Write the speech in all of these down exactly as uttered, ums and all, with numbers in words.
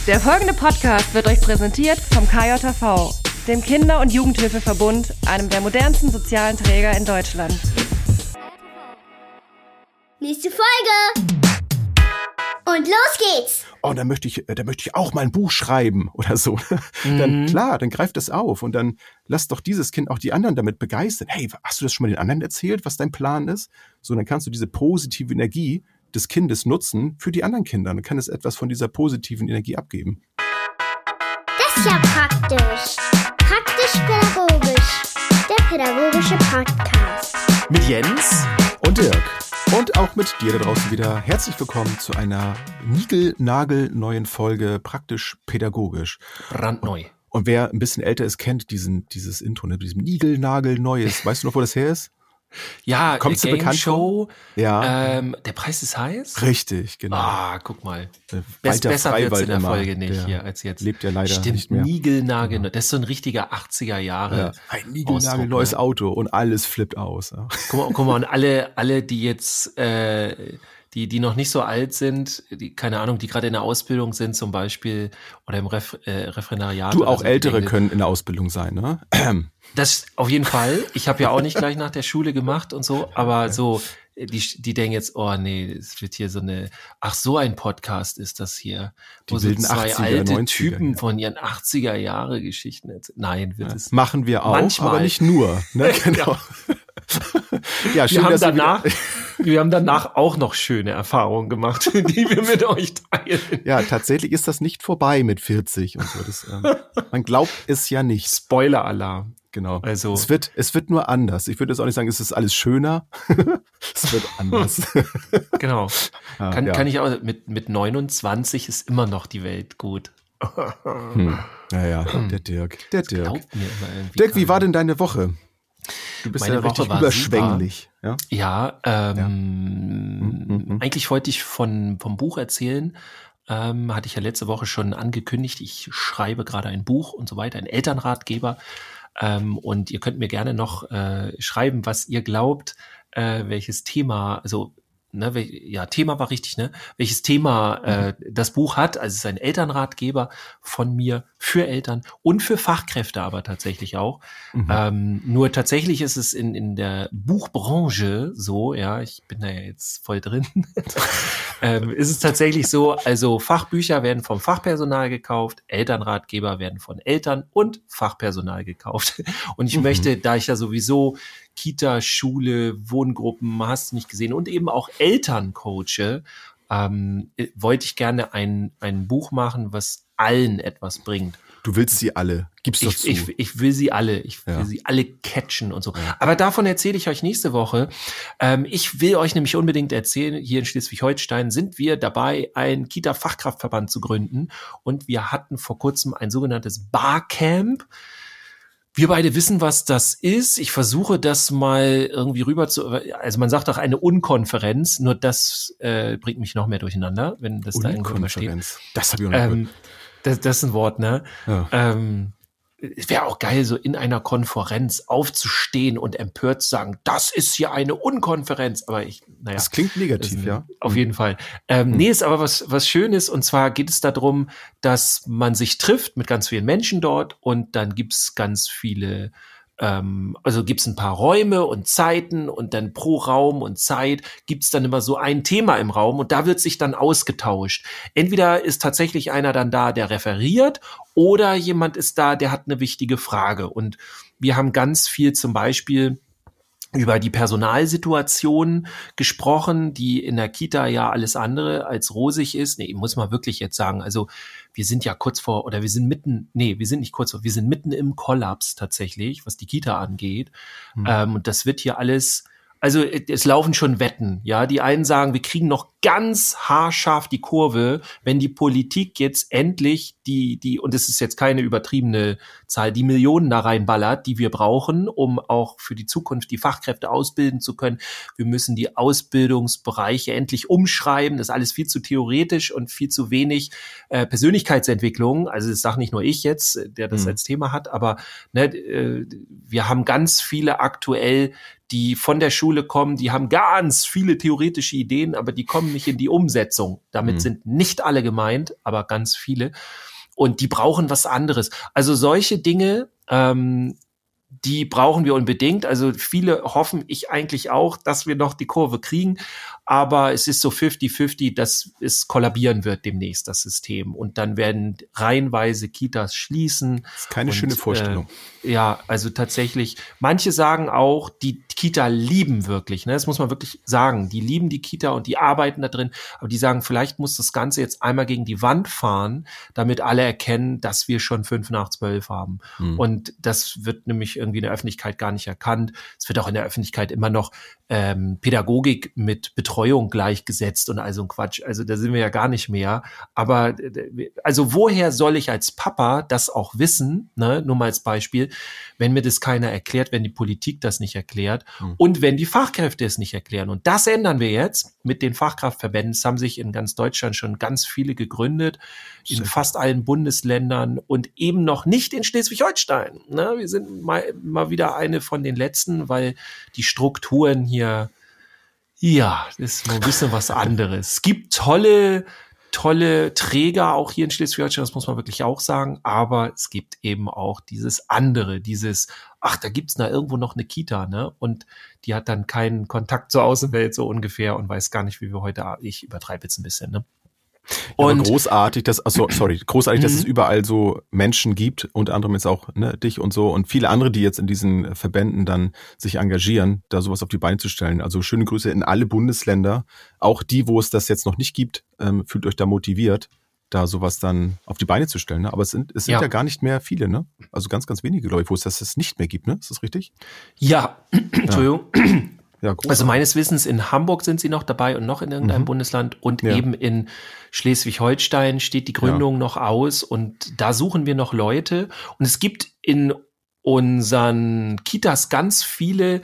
Der folgende Podcast wird euch präsentiert vom K J V, dem Kinder- und Jugendhilfeverbund, einem der modernsten sozialen Träger in Deutschland. Nächste Folge! Und los geht's! Oh, da möchte ich, da möchte ich auch mal ein Buch schreiben oder so. Mhm. Dann klar, dann greift das auf und dann lass doch dieses Kind auch die anderen damit begeistern. Hey, hast du das schon mal den anderen erzählt, was dein Plan ist? So, dann kannst du diese positive Energie des Kindes nutzen für die anderen Kinder. Dann kann es etwas von dieser positiven Energie abgeben. Das ist ja praktisch. Praktisch-pädagogisch. Der pädagogische Podcast. Mit Jens und Dirk. Und auch mit dir da draußen wieder. Herzlich willkommen zu einer niegelnagelneuen Folge Praktisch-pädagogisch. Brandneu. Und, und wer ein bisschen älter ist, kennt diesen, dieses Intro, ne, mit diesem Niegelnagelneues. Weißt du noch, wo das her ist? Ja, Kommst du bekannt Show. Ja. Ähm, der Preis ist heiß? Richtig, genau. Ah, guck mal. Best, besser Freiwald wird's in der immer. Folge nicht der hier als jetzt. Lebt ja leider Stimmt, nicht mehr. Niegelnagel. Ja. Das ist so ein richtiger achtziger Jahre. Ja. Ein niegelnagelneues ne? Auto und alles flippt aus. Ja. Guck mal, guck mal, und alle, alle, die jetzt, äh, die, die noch nicht so alt sind, die, keine Ahnung, die gerade in der Ausbildung sind zum Beispiel oder im Ref, äh, Referendariat. Du, auch so, Ältere denke, können in der Ausbildung sein, ne? Das auf jeden Fall. Ich habe ja auch nicht gleich nach der Schule gemacht und so, aber so, die, die denken jetzt, oh nee, es wird hier so eine, ach so ein Podcast ist das hier, wo Die so wilden zwei achtziger, alte neunziger, Typen ja. von ihren achtziger Jahre Geschichten erzählen. Nein, wird Ja. es. Machen wir auch, manchmal. aber nicht nur. Ne? Genau. Ja, schön, wir, haben dass ihr danach, wieder- wir haben danach auch noch schöne Erfahrungen gemacht, die wir mit euch teilen. Ja, tatsächlich ist das nicht vorbei mit vierzig und so. Das, ähm, man glaubt es ja nicht. Spoiler-Alarm. Genau. Also es wird, es wird nur anders. Ich würde jetzt auch nicht sagen, es ist alles schöner. Es wird anders. Genau. Ah, kann, ja. kann ich auch, mit, mit neunundzwanzig ist immer noch die Welt gut. Hm. Naja, der Dirk. Der Dirk. Glaubt mir immer irgendwie Dirk, wie keiner. war denn deine Woche? Du bist Meine ja richtig Woche war überschwänglich. Ja? Ja, ähm, Ja. Mhm, mhm. eigentlich wollte ich von, vom Buch erzählen. Ähm, hatte ich ja letzte Woche schon angekündigt. Ich schreibe gerade ein Buch und so weiter, ein Elternratgeber. Ähm, und ihr könnt mir gerne noch äh, schreiben, was ihr glaubt, äh, welches Thema, also ne, wel, ja, Thema war richtig, ne? Welches Thema äh, das Buch hat. Also es ist ein Elternratgeber von mir für Eltern und für Fachkräfte aber tatsächlich auch. Mhm. Ähm, nur tatsächlich ist es in, in der Buchbranche so, ja, ich bin da ja jetzt voll drin, ähm, ist es tatsächlich so, also Fachbücher werden vom Fachpersonal gekauft, Elternratgeber werden von Eltern und Fachpersonal gekauft. Und ich Mhm. möchte, da ich ja sowieso Kita, Schule, Wohngruppen, hast du nicht gesehen, und eben auch Eltern coache, ähm, wollte ich gerne ein, ein Buch machen, was allen etwas bringt. Du willst sie alle. Gib's doch Ich, zu. ich, ich will sie alle, ich will Ja. sie alle catchen und so. Aber davon erzähle ich euch nächste Woche. Ähm, ich will euch nämlich unbedingt erzählen, hier in Schleswig-Holstein sind wir dabei, einen Kita-Fachkraftverband zu gründen. Und wir hatten vor kurzem ein sogenanntes Barcamp. Wir beide wissen, was das ist. Ich versuche das mal irgendwie rüber zu, also man sagt auch eine Unkonferenz, nur das äh, bringt mich noch mehr durcheinander, wenn das da irgendwo immer steht. Unkonferenz. Das habe ich auch noch Ähm, das, das ist ein Wort, ne? Ja. Ähm, es wäre auch geil, so in einer Konferenz aufzustehen und empört zu sagen, das ist hier eine Unkonferenz. Aber ich, naja. Das klingt negativ, ist, ja. Auf jeden Fall. Ähm, Hm. Nee, ist aber was, was Schönes. Und zwar geht es darum, dass man sich trifft mit ganz vielen Menschen dort und dann gibt's ganz viele, ähm, also gibt's ein paar Räume und Zeiten und dann pro Raum und Zeit gibt's dann immer so ein Thema im Raum und da wird sich dann ausgetauscht. Entweder ist tatsächlich einer dann da, der referiert, oder jemand ist da, der hat eine wichtige Frage. Und wir haben ganz viel zum Beispiel über die Personalsituation gesprochen, die in der Kita ja alles andere als rosig ist. Nee, muss man wirklich jetzt sagen. Also wir sind ja kurz vor, oder wir sind mitten, nee, wir sind nicht kurz vor, wir sind mitten im Kollaps tatsächlich, was die Kita angeht. Hm. Ähm, und das wird hier alles, also es laufen schon Wetten, ja. Die einen sagen, wir kriegen noch ganz haarscharf die Kurve, wenn die Politik jetzt endlich die, die, und es ist jetzt keine übertriebene Zahl, die Millionen da reinballert, die wir brauchen, um auch für die Zukunft die Fachkräfte ausbilden zu können. Wir müssen die Ausbildungsbereiche endlich umschreiben. Das ist alles viel zu theoretisch und viel zu wenig äh, Persönlichkeitsentwicklung. Also das sage nicht nur ich jetzt, der das Mhm. als Thema hat, aber ne, äh, wir haben ganz viele aktuell, die von der Schule kommen, die haben ganz viele theoretische Ideen, aber die kommen kommen nicht in die Umsetzung. Damit mhm. sind nicht alle gemeint, aber ganz viele. Und die brauchen was anderes. Also solche Dinge, ähm, die brauchen wir unbedingt. Also viele hoffen, ich eigentlich auch, dass wir noch die Kurve kriegen. Aber es ist so fifty fifty, dass es kollabieren wird demnächst, das System. Und dann werden reihenweise Kitas schließen. Das ist keine und, schöne Vorstellung. Äh, ja, also tatsächlich. Manche sagen auch, die Kita lieben wirklich, ne? Das muss man wirklich sagen. Die lieben die Kita und die arbeiten da drin. Aber die sagen, vielleicht muss das Ganze jetzt einmal gegen die Wand fahren, damit alle erkennen, dass wir schon fünf nach zwölf haben. Hm. Und das wird nämlich irgendwie in der Öffentlichkeit gar nicht erkannt. Es wird auch in der Öffentlichkeit immer noch ähm, Pädagogik mit Betreuung gleichgesetzt und all so ein Quatsch. Also da sind wir ja gar nicht mehr. Aber also woher soll ich als Papa das auch wissen, ne? Nur mal als Beispiel, wenn mir das keiner erklärt, wenn die Politik das nicht erklärt hm. und wenn die Fachkräfte es nicht erklären. Und das ändern wir jetzt mit den Fachkraftverbänden. Es haben sich in ganz Deutschland schon ganz viele gegründet, in fast allen Bundesländern und eben noch nicht in Schleswig-Holstein. Ne? Wir sind mal, mal wieder eine von den letzten, weil die Strukturen hier, ja, das ist mal ein bisschen was anderes. Es gibt tolle tolle Träger auch hier in Schleswig-Holstein, das muss man wirklich auch sagen, aber es gibt eben auch dieses andere, dieses, ach, da gibt's da irgendwo noch eine Kita, ne? Und die hat dann keinen Kontakt zur Außenwelt so ungefähr und weiß gar nicht, wie wir heute, ich übertreibe jetzt ein bisschen, ne? Ja, und großartig, dass, also, sorry, großartig, dass es überall so Menschen gibt, unter anderem jetzt auch ne, dich und so und viele andere, die jetzt in diesen Verbänden dann sich engagieren, da sowas auf die Beine zu stellen. Also schöne Grüße in alle Bundesländer, auch die, wo es das jetzt noch nicht gibt, ähm, fühlt euch da motiviert, da sowas dann auf die Beine zu stellen. Ne? Aber es sind, es sind ja. ja gar nicht mehr viele, ne? Also ganz, ganz wenige, glaube ich, wo es das nicht mehr gibt, ne? Ist das richtig? Ja, Entschuldigung. Ja. Ja, also meines Wissens in Hamburg sind sie noch dabei und noch in irgendeinem mhm. Bundesland und ja. eben in Schleswig-Holstein steht die Gründung ja. noch aus und da suchen wir noch Leute und es gibt in unseren Kitas ganz viele,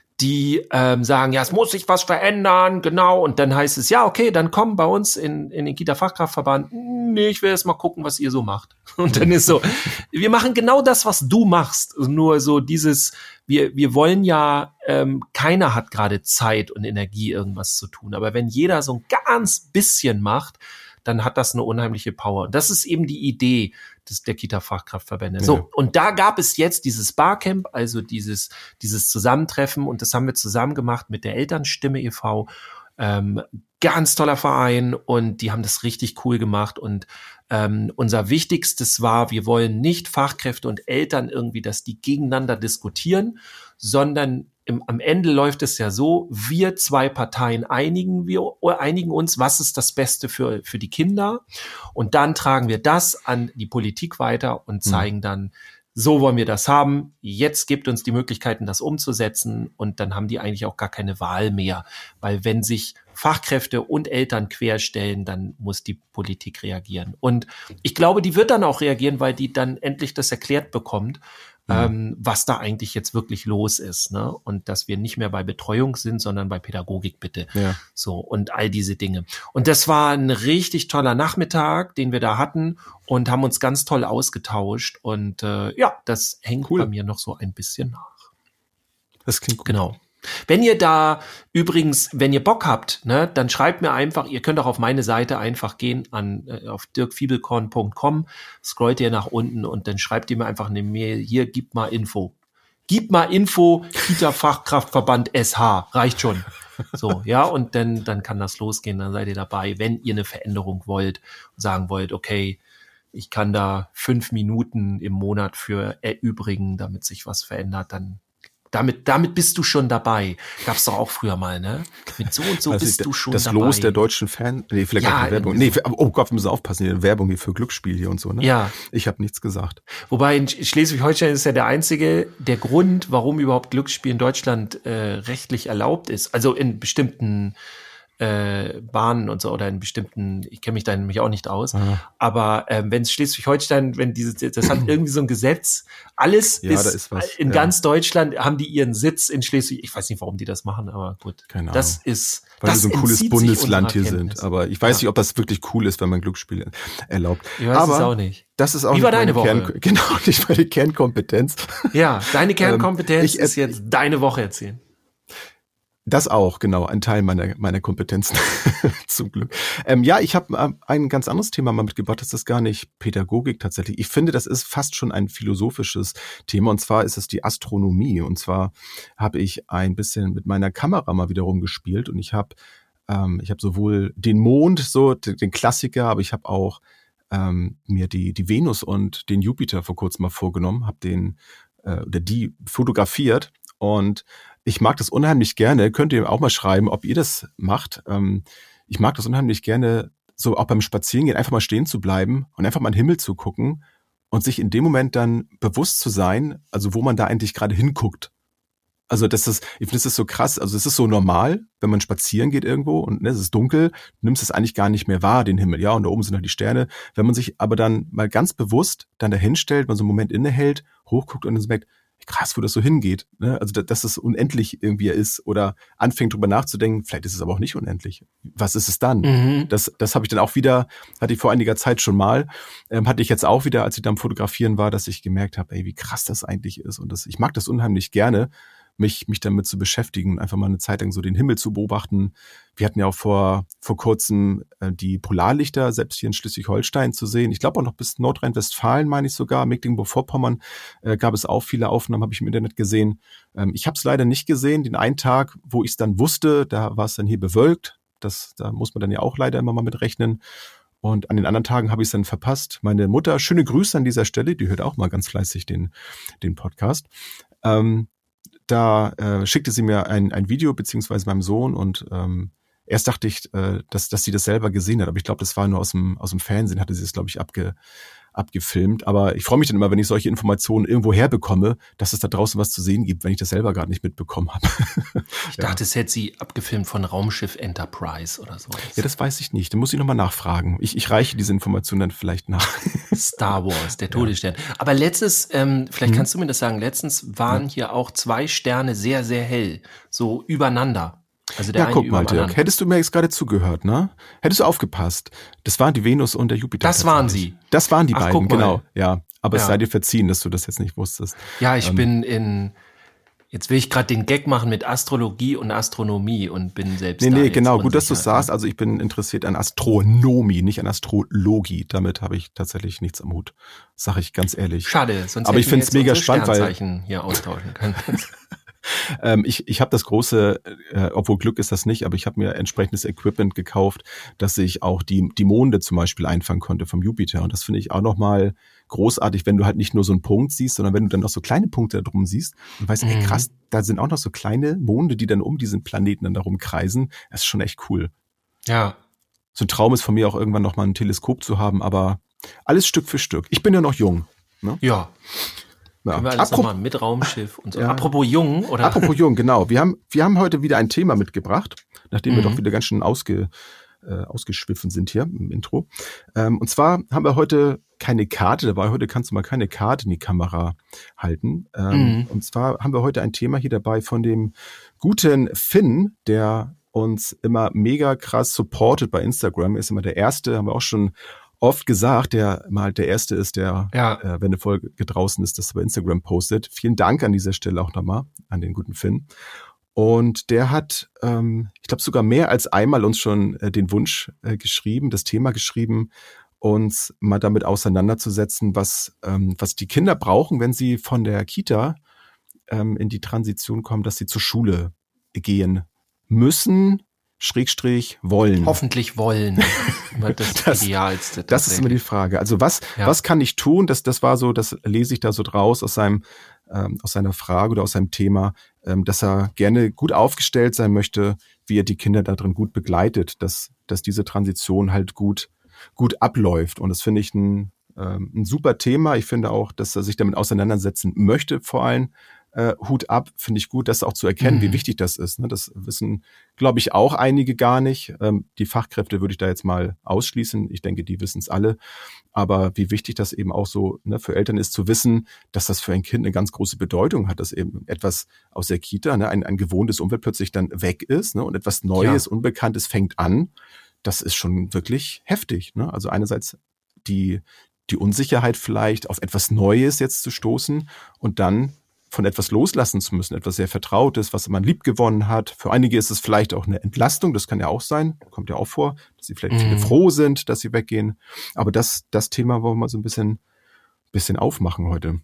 die ähm, sagen, ja, es muss sich was verändern, genau, und dann heißt es, ja, okay, dann komm bei uns in, in den Kita-Fachkraftverband, nee, ich will erst mal gucken, was ihr so macht. Und dann ist so, wir machen genau das, was du machst, nur so dieses, wir wir wollen ja, ähm, keiner hat gerade Zeit und Energie, irgendwas zu tun, aber wenn jeder so ein ganz bisschen macht, dann hat das eine unheimliche Power. Und das ist eben die Idee des, der Kita-Fachkraftverbände. Ja. So, und da gab es jetzt dieses Barcamp, also dieses dieses Zusammentreffen, und das haben wir zusammen gemacht mit der Elternstimme e V Ähm, ganz toller Verein, und die haben das richtig cool gemacht. Und ähm, unser Wichtigstes war, wir wollen nicht Fachkräfte und Eltern irgendwie, dass die gegeneinander diskutieren, sondern Im, am Ende läuft es ja so, wir zwei Parteien einigen wir einigen uns, was ist das Beste für für die Kinder, und dann tragen wir das an die Politik weiter und zeigen dann, so wollen wir das haben, jetzt gibt uns die Möglichkeiten, das umzusetzen, und dann haben die eigentlich auch gar keine Wahl mehr, weil wenn sich Fachkräfte und Eltern querstellen, dann muss die Politik reagieren. Und ich glaube, die wird dann auch reagieren, weil die dann endlich das erklärt bekommt, Mhm. Ähm, was da eigentlich jetzt wirklich los ist, ne? Und dass wir nicht mehr bei Betreuung sind, sondern bei Pädagogik, bitte. Ja. So, und all diese Dinge. Und das war ein richtig toller Nachmittag, den wir da hatten, und haben uns ganz toll ausgetauscht. Und äh, ja, das hängt cool. bei mir noch so ein bisschen nach. Das klingt gut. Genau. Wenn ihr da übrigens, wenn ihr Bock habt, ne, dann schreibt mir einfach, ihr könnt auch auf meine Seite einfach gehen, an äh, auf dirk fiebelkorn punkt com, scrollt ihr nach unten und dann schreibt ihr mir einfach eine Mail, hier, gib mal Info. Gib mal Info, Kita-Fachkraftverband S H, reicht schon. So, ja, und dann, dann kann das losgehen, dann seid ihr dabei, wenn ihr eine Veränderung wollt und sagen wollt, okay, ich kann da fünf Minuten im Monat für erübrigen, damit sich was verändert, dann Damit, damit bist du schon dabei. Gab's doch auch früher mal, ne? Mit so und so also bist ich, du schon das dabei. Das Los der deutschen Fan, nee, vielleicht ja, auch Werbung. Nee, oh Gott, wir müssen aufpassen, die Werbung hier für Glücksspiel hier und so, ne? Ja. Ich habe nichts gesagt. Wobei in Schleswig-Holstein ist ja der einzige, der Grund, warum überhaupt Glücksspiel in Deutschland äh, rechtlich erlaubt ist. Also in bestimmten äh, Bahnen und so, oder in bestimmten, ich kenne mich da nämlich auch nicht aus, Aha. aber ähm, wenn es Schleswig-Holstein, wenn diese, das hat irgendwie so ein Gesetz, alles ja, ist, ist was, in ja. ganz Deutschland haben die ihren Sitz in Schleswig, ich weiß nicht, warum die das machen, aber gut. Keine das Ahnung. ist, weil das wir so ein cooles Bundesland hier Kenntnis. sind, aber ich weiß ja. nicht, ob das wirklich cool ist, wenn man Glücksspiele erlaubt. Ich weiß aber es auch nicht. Das ist auch Wie war deine Woche? Kern, genau, nicht meine Kernkompetenz. Ja, deine Kernkompetenz ähm, ich, ist jetzt deine Woche erzählen. Das auch, genau, ein Teil meiner meiner Kompetenzen, zum Glück. Ähm, ja, ich habe äh, ein ganz anderes Thema mal mitgebracht, das ist gar nicht Pädagogik tatsächlich. Ich finde, das ist fast schon ein philosophisches Thema, und zwar ist es die Astronomie. Und zwar habe ich ein bisschen mit meiner Kamera mal wieder rumgespielt, und ich habe ähm, ich habe sowohl den Mond, so den Klassiker, aber ich habe auch ähm, mir die die Venus und den Jupiter vor kurzem mal vorgenommen, habe den äh, oder die fotografiert, und ich mag das unheimlich gerne. Könnt ihr auch mal schreiben, ob ihr das macht. Ähm, ich mag das unheimlich gerne, so auch beim Spazierengehen einfach mal stehen zu bleiben und einfach mal in den Himmel zu gucken und sich in dem Moment dann bewusst zu sein, also wo man da eigentlich gerade hinguckt. Also das ist, ich finde, das ist so krass. Also es ist so normal, wenn man spazieren geht irgendwo und ne, es ist dunkel, du nimmst es eigentlich gar nicht mehr wahr, den Himmel. Ja, und da oben sind halt die Sterne. Wenn man sich aber dann mal ganz bewusst dann dahin stellt, man so einen Moment innehält, hochguckt und dann merkt, krass, wo das so hingeht, ne? Also, dass es unendlich irgendwie ist, oder anfängt drüber nachzudenken, vielleicht ist es aber auch nicht unendlich. Was ist es dann? Mhm. Das, das habe ich dann auch wieder, hatte ich vor einiger Zeit schon mal, ähm, hatte ich jetzt auch wieder, als ich dann am Fotografieren war, dass ich gemerkt habe, ey, wie krass das eigentlich ist, und das, ich mag das unheimlich gerne, mich mich damit zu beschäftigen, einfach mal eine Zeit lang so den Himmel zu beobachten. Wir hatten ja auch vor vor kurzem äh, die Polarlichter, selbst hier in Schleswig-Holstein zu sehen. Ich glaube auch noch bis Nordrhein-Westfalen, meine ich sogar. Mecklenburg-Vorpommern äh, gab es auch viele Aufnahmen, habe ich im Internet gesehen. Ähm, ich habe es leider nicht gesehen. Den einen Tag, wo ich es dann wusste, da war es dann hier bewölkt. Das, da muss man dann ja auch leider immer mal mit rechnen. Und an den anderen Tagen habe ich es dann verpasst. Meine Mutter, schöne Grüße an dieser Stelle, die hört auch mal ganz fleißig den den Podcast. Ähm, Da äh, schickte sie mir ein, ein Video, beziehungsweise meinem Sohn, und ähm, erst dachte ich, äh, dass, dass sie das selber gesehen hat, aber ich glaube, das war nur aus dem, aus dem Fernsehen, hatte sie es, glaube ich, abge, abgefilmt. Aber ich freue mich dann immer, wenn ich solche Informationen irgendwo herbekomme, dass es da draußen was zu sehen gibt, wenn ich das selber gerade nicht mitbekommen habe. Ich dachte, ja. Es hätte sie abgefilmt von Raumschiff Enterprise oder so. Ja, das weiß ich nicht. Da muss ich nochmal nachfragen. Ich, ich reiche diese Informationen dann vielleicht nach. Star Wars, der Todesstern. Ja. Aber letztes, ähm, vielleicht hm. kannst du mir das sagen, letztens waren ja. hier auch zwei Sterne sehr, sehr hell, so übereinander. Also der ja, guck mal, Dirk, hättest du mir jetzt gerade zugehört, ne? Hättest du aufgepasst. Das waren die Venus und der Jupiter. Das waren sie. Das waren die Ach, beiden, genau. Ja, aber ja. es sei dir verziehen, dass du das jetzt nicht wusstest. Ja, ich ähm, bin in, jetzt will ich gerade den Gag machen mit Astrologie und Astronomie und bin selbst Nee, da nee, genau, gut, dass du es sagst. Also ich bin interessiert an Astronomie, nicht an Astrologie. Damit habe ich tatsächlich nichts am Hut. Sag ich ganz ehrlich. Schade, sonst aber ich finde es mega spannend, weil hier austauschen können. Ähm, ich ich habe das große, äh, obwohl Glück ist das nicht, aber ich habe mir entsprechendes Equipment gekauft, dass ich auch die die Monde zum Beispiel einfangen konnte vom Jupiter. Und das finde ich auch nochmal großartig, wenn du halt nicht nur so einen Punkt siehst, sondern wenn du dann noch so kleine Punkte da drum siehst und weißt, mhm. ey krass, da sind auch noch so kleine Monde, die dann um diesen Planeten dann darum kreisen. Das ist schon echt cool. Ja. So ein Traum ist von mir auch irgendwann nochmal ein Teleskop zu haben, aber alles Stück für Stück. Ich bin ja noch jung. Ne? Ja. Ja. Können wir alles Aprop- nochmal mit Raumschiff und so. Ja. Apropos jung, oder? Apropos jung, genau. Wir haben, wir haben heute wieder ein Thema mitgebracht, nachdem mhm. wir doch wieder ganz schön ausge, äh, ausgeschwiffen sind hier im Intro. Ähm, und zwar haben wir heute keine Karte dabei. Heute kannst du mal keine Karte in die Kamera halten. Ähm, mhm. Und zwar haben wir heute ein Thema hier dabei von dem guten Finn, der uns immer mega krass supportet bei Instagram. Er ist immer der Erste, haben wir auch schon oft gesagt, der mal der Erste ist, der, ja. äh, wenn eine Folge draußen ist, das bei Instagram postet. Vielen Dank an dieser Stelle auch nochmal an den guten Finn. Und der hat, ähm, ich glaube, sogar mehr als einmal uns schon äh, den Wunsch äh, geschrieben, das Thema geschrieben, uns mal damit auseinanderzusetzen, was, ähm, was die Kinder brauchen, wenn sie von der Kita ähm, in die Transition kommen, dass sie zur Schule gehen müssen, Schrägstrich wollen. Hoffentlich wollen. Das, das Idealste. Das ist immer die Frage. Also was, ja. was kann ich tun? Das, das war so, das lese ich da so draus aus seinem, ähm, aus seiner Frage oder aus seinem Thema, ähm, dass er gerne gut aufgestellt sein möchte, wie er die Kinder da drin gut begleitet, dass, dass diese Transition halt gut, gut abläuft. Und das finde ich ein, ähm, ein super Thema. Ich finde auch, dass er sich damit auseinandersetzen möchte, vor allem. Äh, Hut ab, finde ich gut, das auch zu erkennen, mhm. wie wichtig das ist. Ne? Das wissen, glaube ich, auch einige gar nicht. Ähm, die Fachkräfte würde ich da jetzt mal ausschließen. Ich denke, die wissen es alle. Aber wie wichtig das eben auch so ne, für Eltern ist, zu wissen, dass das für ein Kind eine ganz große Bedeutung hat, dass eben etwas aus der Kita, ne, ein, ein gewohntes Umfeld plötzlich dann weg ist, ne, und etwas Neues, ja. Unbekanntes fängt an. Das ist schon wirklich heftig. Ne? Also einerseits die, die Unsicherheit vielleicht auf etwas Neues jetzt zu stoßen und dann von etwas loslassen zu müssen, etwas sehr Vertrautes, was man lieb gewonnen hat. Für einige ist es vielleicht auch eine Entlastung, das kann ja auch sein, kommt ja auch vor, dass sie vielleicht Mhm. viele froh sind, dass sie weggehen. Aber das, das Thema wollen wir mal so ein bisschen, bisschen aufmachen heute.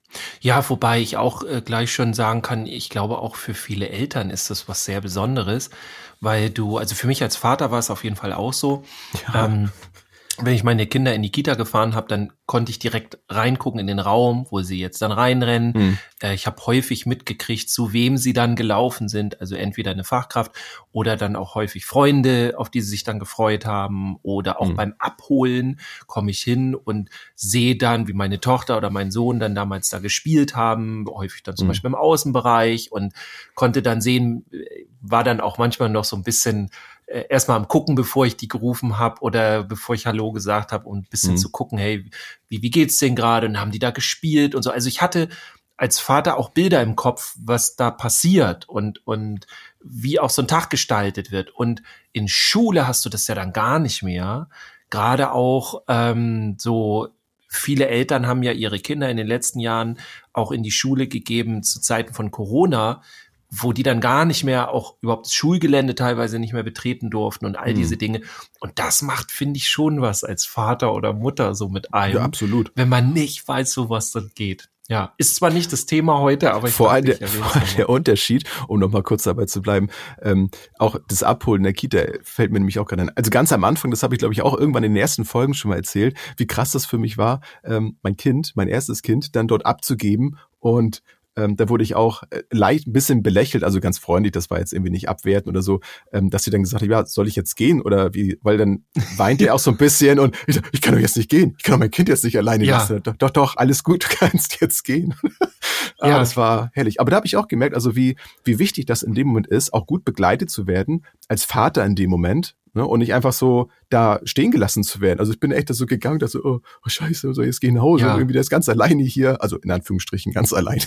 Ja, wobei ich auch äh, gleich schon sagen kann, ich glaube auch für viele Eltern ist das was sehr Besonderes, weil du, also für mich als Vater war es auf jeden Fall auch so, Ja. ähm, wenn ich meine Kinder in die Kita gefahren habe, dann konnte ich direkt reingucken in den Raum, wo sie jetzt dann reinrennen. Mhm. Äh, ich habe häufig mitgekriegt, zu wem sie dann gelaufen sind, also entweder eine Fachkraft oder dann auch häufig Freunde, auf die sie sich dann gefreut haben, oder auch Mhm. beim Abholen komme ich hin und sehe dann, wie meine Tochter oder mein Sohn dann damals da gespielt haben, häufig dann zum Mhm. Beispiel im Außenbereich, und konnte dann sehen, äh, war dann auch manchmal noch so ein bisschen äh, erstmal am Gucken, bevor ich die gerufen habe oder bevor ich Hallo gesagt habe, und ein bisschen Mhm. zu gucken, hey, wie, wie geht's denen gerade, und haben die da gespielt und so. Also ich hatte als Vater auch Bilder im Kopf, was da passiert und, und wie auch so ein Tag gestaltet wird. Und in Schule hast du das ja dann gar nicht mehr. Gerade auch ähm, so viele Eltern haben ja ihre Kinder in den letzten Jahren auch in die Schule gegeben zu Zeiten von Corona, wo die dann gar nicht mehr auch überhaupt das Schulgelände teilweise nicht mehr betreten durften und all Mhm. diese Dinge. Und das macht, finde ich, schon was als Vater oder Mutter so mit einem, Ja, absolut. wenn man nicht weiß, so was dann geht. Ja, ist zwar nicht das Thema heute, aber ich Vor allem dachte, der, ich erwähne es vor allem nochmal. der Unterschied, um nochmal kurz dabei zu bleiben, ähm, auch das Abholen der Kita fällt mir nämlich auch gerade ein. Also ganz am Anfang, das habe ich glaube ich auch irgendwann in den ersten Folgen schon mal erzählt, wie krass das für mich war, ähm, mein Kind, mein erstes Kind, dann dort abzugeben, und ähm, da wurde ich auch äh, leicht ein bisschen belächelt, also ganz freundlich, das war jetzt irgendwie nicht abwertend oder so, ähm, dass sie dann gesagt hat, ja, soll ich jetzt gehen oder wie, weil dann weinte er auch so ein bisschen und ich, ich kann doch jetzt nicht gehen, ich kann doch mein Kind jetzt nicht alleine Ja. lassen. Doch, doch, doch, alles gut, du kannst jetzt gehen. Ah, Ja. das war herrlich. Aber da habe ich auch gemerkt, also wie, wie wichtig das in dem Moment ist, auch gut begleitet zu werden, als Vater in dem Moment, ne, und nicht einfach so da stehen gelassen zu werden. Also ich bin echt da so gegangen, dass so, oh, oh scheiße, so jetzt geh nach Hause, Ja. und irgendwie der ist ganz alleine hier, also in Anführungsstrichen ganz alleine.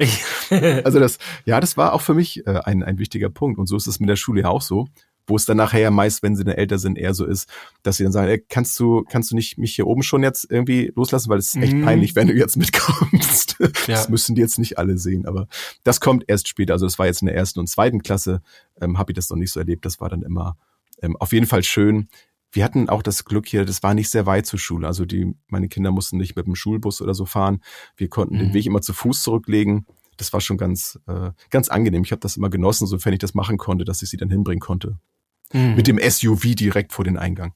Also das, ja, das war auch für mich äh, ein, ein wichtiger Punkt. Und so ist es mit der Schule ja auch so, wo es dann nachher ja meist, wenn sie dann älter sind, eher so ist, dass sie dann sagen, ey, kannst du, kannst du nicht mich hier oben schon jetzt irgendwie loslassen, weil es ist echt Mhm. peinlich, wenn du jetzt mitkommst. Ja. Das müssen die jetzt nicht alle sehen, aber das kommt erst später. Also das war jetzt in der ersten und zweiten Klasse, ähm, habe ich das noch nicht so erlebt. Das war dann immer ähm, auf jeden Fall schön. Wir hatten auch das Glück hier, das war nicht sehr weit zur Schule. Also die, meine Kinder mussten nicht mit dem Schulbus oder so fahren. Wir konnten Mhm. den Weg immer zu Fuß zurücklegen. Das war schon ganz, äh, ganz angenehm. Ich habe das immer genossen, sofern ich das machen konnte, dass ich sie dann hinbringen konnte. Mhm. Mit dem S U V direkt vor den Eingang.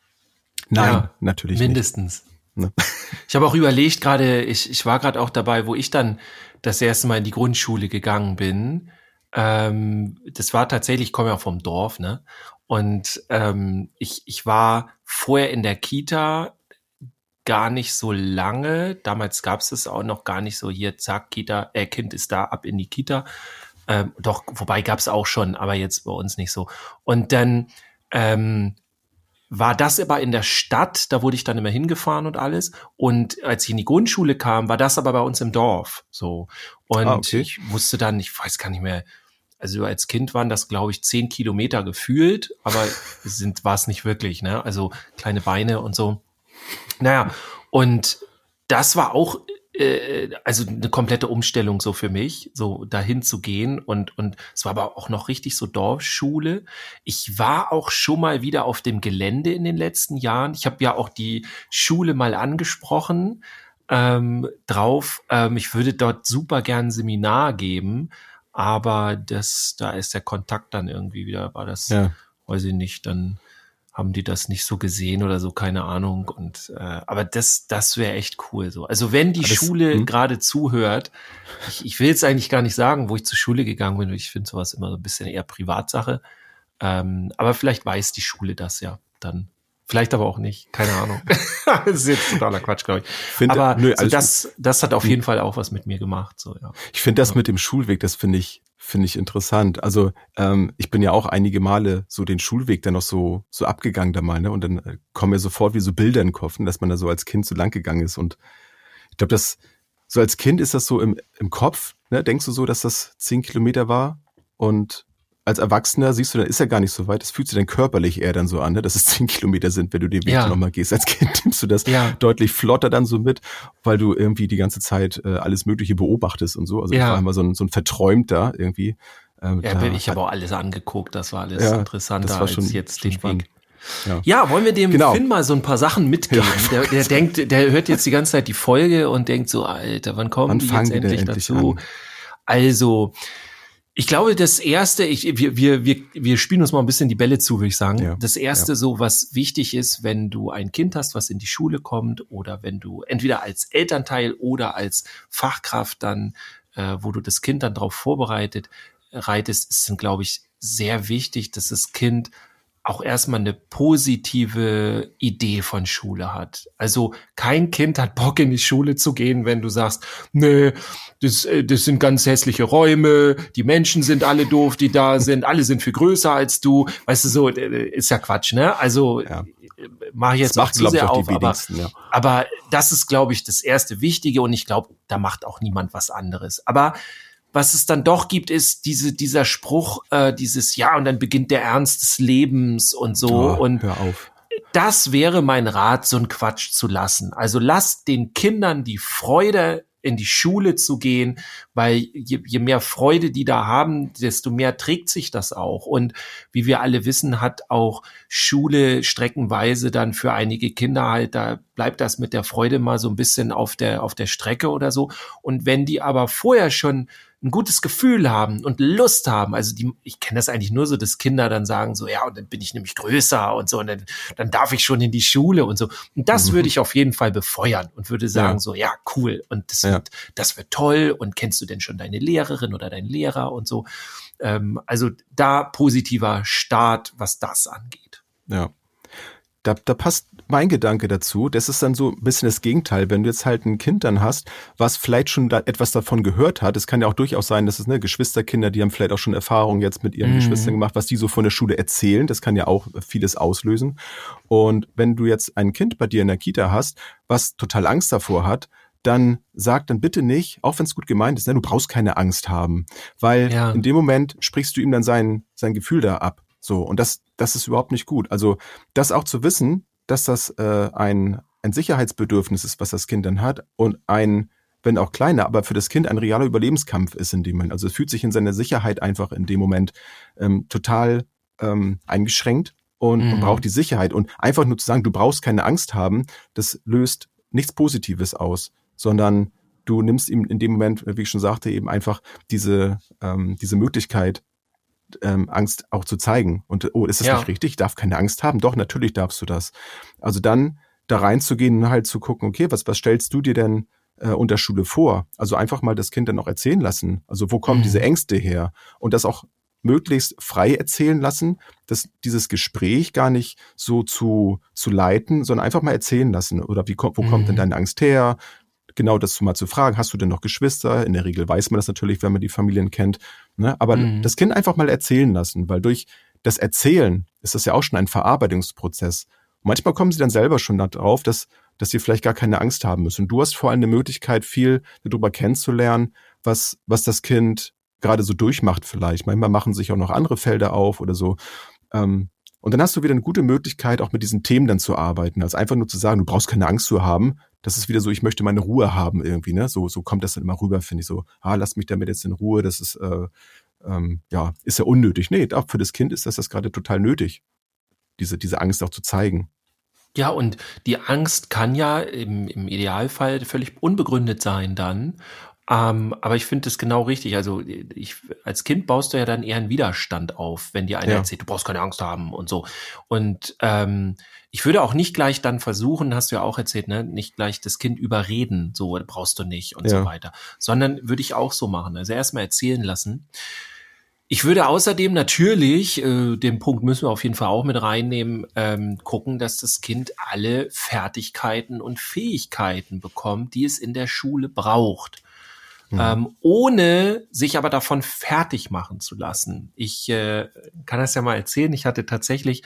Nein, Ja, natürlich mindestens. nicht. Ne? Ich habe auch überlegt gerade, ich, ich war gerade auch dabei, wo ich dann das erste Mal in die Grundschule gegangen bin. Ähm, das war tatsächlich, ich komme ja vom Dorf, ne? Und ähm, ich, ich war vorher in der Kita gar nicht so lange. Damals gab es es auch noch gar nicht so, hier, zack, Kita, äh, Kind ist da, ab in die Kita. Ähm, doch, wobei gab es auch schon, aber jetzt bei uns nicht so. Und dann ähm, war das aber in der Stadt, da wurde ich dann immer hingefahren und alles. Und als ich in die Grundschule kam, war das aber bei uns im Dorf. So. Und Ah, okay. ich wusste dann, ich weiß gar nicht mehr, also als Kind waren das, glaube ich, zehn Kilometer gefühlt, aber sind war es nicht wirklich, ne? Also kleine Beine und so. Naja, und das war auch äh, also eine komplette Umstellung so für mich, so dahin zu gehen, und und es war aber auch noch richtig so Dorfschule. Ich war auch schon mal wieder auf dem Gelände in den letzten Jahren. Ich habe ja auch die Schule mal angesprochen ähm, drauf. Ähm, ich würde dort super gern ein Seminar geben, aber das, da ist der Kontakt dann irgendwie wieder, war das, Ja. weiß ich nicht, dann haben die das nicht so gesehen oder so, keine Ahnung. Und äh, aber das, das wäre echt cool so. Also wenn die Aber das- Schule hm? gerade zuhört, ich, ich will jetzt eigentlich gar nicht sagen, wo ich zur Schule gegangen bin. Ich finde sowas immer so ein bisschen eher Privatsache. Ähm, aber vielleicht weiß die Schule das ja dann. Vielleicht aber auch nicht, keine Ahnung. Das ist jetzt totaler Quatsch, glaube ich. Find- aber nö, so alles das, das hat auf Hm. jeden Fall auch was mit mir gemacht. So, ja. Ich finde das Ja. mit dem Schulweg, das finde ich, finde ich interessant. Also ähm, ich bin ja auch einige Male so den Schulweg dann noch so so abgegangen da mal, ne? Und dann äh, kommen mir sofort wie so Bilder in den Kopf, ne, dass man da so als Kind so lang gegangen ist. Und ich glaube, das so als Kind ist das so im im Kopf, ne? Denkst du so, dass das zehn Kilometer war? Und als Erwachsener siehst du, dann ist er gar nicht so weit. Das fühlt sich dann körperlich eher dann so an, ne? Dass es zehn Kilometer sind, wenn du den Weg Ja. nochmal gehst. Als Kind nimmst du das Ja. deutlich flotter dann so mit, weil du irgendwie die ganze Zeit äh, alles Mögliche beobachtest und so. Also Ja. ich war immer so ein, so ein Verträumter irgendwie. Ähm, Ja, da bin ich hat- habe auch alles angeguckt, das war alles Ja, interessanter das war schon- als jetzt schon den spannend. Weg. Ja. Ja, wollen wir dem Genau. Finn mal so ein paar Sachen mitgeben? Ja. Der, der denkt, der hört jetzt die ganze Zeit die Folge und denkt so, Alter, wann kommen Wann die jetzt fangen die denn endlich, endlich dazu? an? Also, ich glaube, das erste, ich, wir, wir, wir, wir spielen uns mal ein bisschen die Bälle zu, würde ich sagen. Ja. Das erste, Ja. so was wichtig ist, wenn du ein Kind hast, was in die Schule kommt oder wenn du entweder als Elternteil oder als Fachkraft dann, äh, wo du das Kind dann darauf vorbereitet, reitest, ist dann, glaube ich, sehr wichtig, dass das Kind auch erstmal eine positive Idee von Schule hat. Also kein Kind hat Bock, in die Schule zu gehen, wenn du sagst, nee, das, äh, das sind ganz hässliche Räume, die Menschen sind alle doof, die da sind, alle sind viel größer als du. Weißt du, so äh, ist ja Quatsch, ne? Also Ja. mache ich jetzt Das auch macht, zu glaube ich, sehr auch die auf, aber, wenigsten, ja. aber das ist, glaube ich, das erste Wichtige und ich glaube, da macht auch niemand was anderes. Aber was es dann doch gibt, ist diese, dieser Spruch, äh, dieses Ja, und dann beginnt der Ernst des Lebens und so. Oh, und hör auf. das wäre mein Rat, so einen Quatsch zu lassen. Also lasst den Kindern die Freude, in die Schule zu gehen, weil je, je mehr Freude die da haben, desto mehr trägt sich das auch. Und wie wir alle wissen, hat auch Schule streckenweise dann für einige Kinder halt, da bleibt das mit der Freude mal so ein bisschen auf der, auf der Strecke oder so. Und wenn die aber vorher schon ein gutes Gefühl haben und Lust haben, also die, ich kenne das eigentlich nur so, dass Kinder dann sagen so, ja, und dann bin ich nämlich größer und so, und dann, dann darf ich schon in die Schule und so. Und das Mhm. würde ich auf jeden Fall befeuern und würde sagen Ja. so, ja, cool, und das, Ja. wird, das wird toll, und kennst du denn schon deine Lehrerin oder deinen Lehrer und so. Ähm, also da positiver Start, was das angeht. Ja. Da, da passt mein Gedanke dazu. Das ist dann so ein bisschen das Gegenteil. Wenn du jetzt halt ein Kind dann hast, was vielleicht schon da etwas davon gehört hat. Es kann ja auch durchaus sein, dass es ne, Geschwisterkinder, die haben vielleicht auch schon Erfahrungen jetzt mit ihren Mhm. Geschwistern gemacht, was die so von der Schule erzählen. Das kann ja auch vieles auslösen. Und wenn du jetzt ein Kind bei dir in der Kita hast, was total Angst davor hat, dann sag dann bitte nicht, auch wenn es gut gemeint ist, ne, du brauchst keine Angst haben. Weil Ja. in dem Moment sprichst du ihm dann sein, sein Gefühl da ab. So, und das, das ist überhaupt nicht gut. Also das auch zu wissen, dass das äh, ein, ein Sicherheitsbedürfnis ist, was das Kind dann hat und ein, wenn auch kleiner, aber für das Kind ein realer Überlebenskampf ist in dem Moment. Also es fühlt sich in seiner Sicherheit einfach in dem Moment ähm, total ähm, eingeschränkt und, Mhm. und braucht die Sicherheit. Und einfach nur zu sagen, du brauchst keine Angst haben, das löst nichts Positives aus, sondern du nimmst ihm in dem Moment, wie ich schon sagte, eben einfach diese, ähm, diese Möglichkeit, ähm, Angst auch zu zeigen. Und oh, ist das Ja. nicht richtig? Ich darf keine Angst haben? Doch, natürlich darfst du das. Also dann da reinzugehen und halt zu gucken, okay, was, was stellst du dir denn äh, unter Schule vor? Also einfach mal das Kind dann auch erzählen lassen. Also wo kommen Mhm. diese Ängste her? Und das auch möglichst frei erzählen lassen, dass dieses Gespräch gar nicht so zu, zu leiten, sondern einfach mal erzählen lassen. Oder wie kommt, wo Mhm. kommt denn deine Angst her? Genau das mal zu fragen. Hast du denn noch Geschwister? In der Regel weiß man das natürlich, wenn man die Familien kennt. Ne? Aber Mhm. das Kind einfach mal erzählen lassen, weil durch das Erzählen ist das ja auch schon ein Verarbeitungsprozess. Und manchmal kommen sie dann selber schon darauf, dass, dass sie vielleicht gar keine Angst haben müssen. Und du hast vor allem eine Möglichkeit, viel darüber kennenzulernen, was, was das Kind gerade so durchmacht vielleicht. Manchmal machen sich auch noch andere Felder auf oder so. Ähm, Und dann hast du wieder eine gute Möglichkeit, auch mit diesen Themen dann zu arbeiten, als einfach nur zu sagen, du brauchst keine Angst zu haben. Das ist wieder so, ich möchte meine Ruhe haben irgendwie, ne? So, so kommt das dann immer rüber, finde ich so. Ah, lass mich damit jetzt in Ruhe. Das ist, äh, ähm, ja, ist ja unnötig. Nee, auch für das Kind ist das, das gerade total nötig, diese, diese Angst auch zu zeigen. Ja, und die Angst kann ja im, im Idealfall völlig unbegründet sein dann. Ähm, aber ich finde das genau richtig. Also ich, als Kind baust du ja dann eher einen Widerstand auf, wenn dir einer Ja. erzählt, du brauchst keine Angst haben und so. Und ähm, ich würde auch nicht gleich dann versuchen, hast du ja auch erzählt, ne, nicht gleich das Kind überreden, so brauchst du nicht und Ja. so weiter. Sondern würde ich auch so machen. Also erstmal erzählen lassen. Ich würde außerdem natürlich, äh, den Punkt müssen wir auf jeden Fall auch mit reinnehmen, ähm, gucken, dass das Kind alle Fertigkeiten und Fähigkeiten bekommt, die es in der Schule braucht. Mhm. Ähm, ohne sich aber davon fertig machen zu lassen. Ich äh, kann das ja mal erzählen. Ich hatte tatsächlich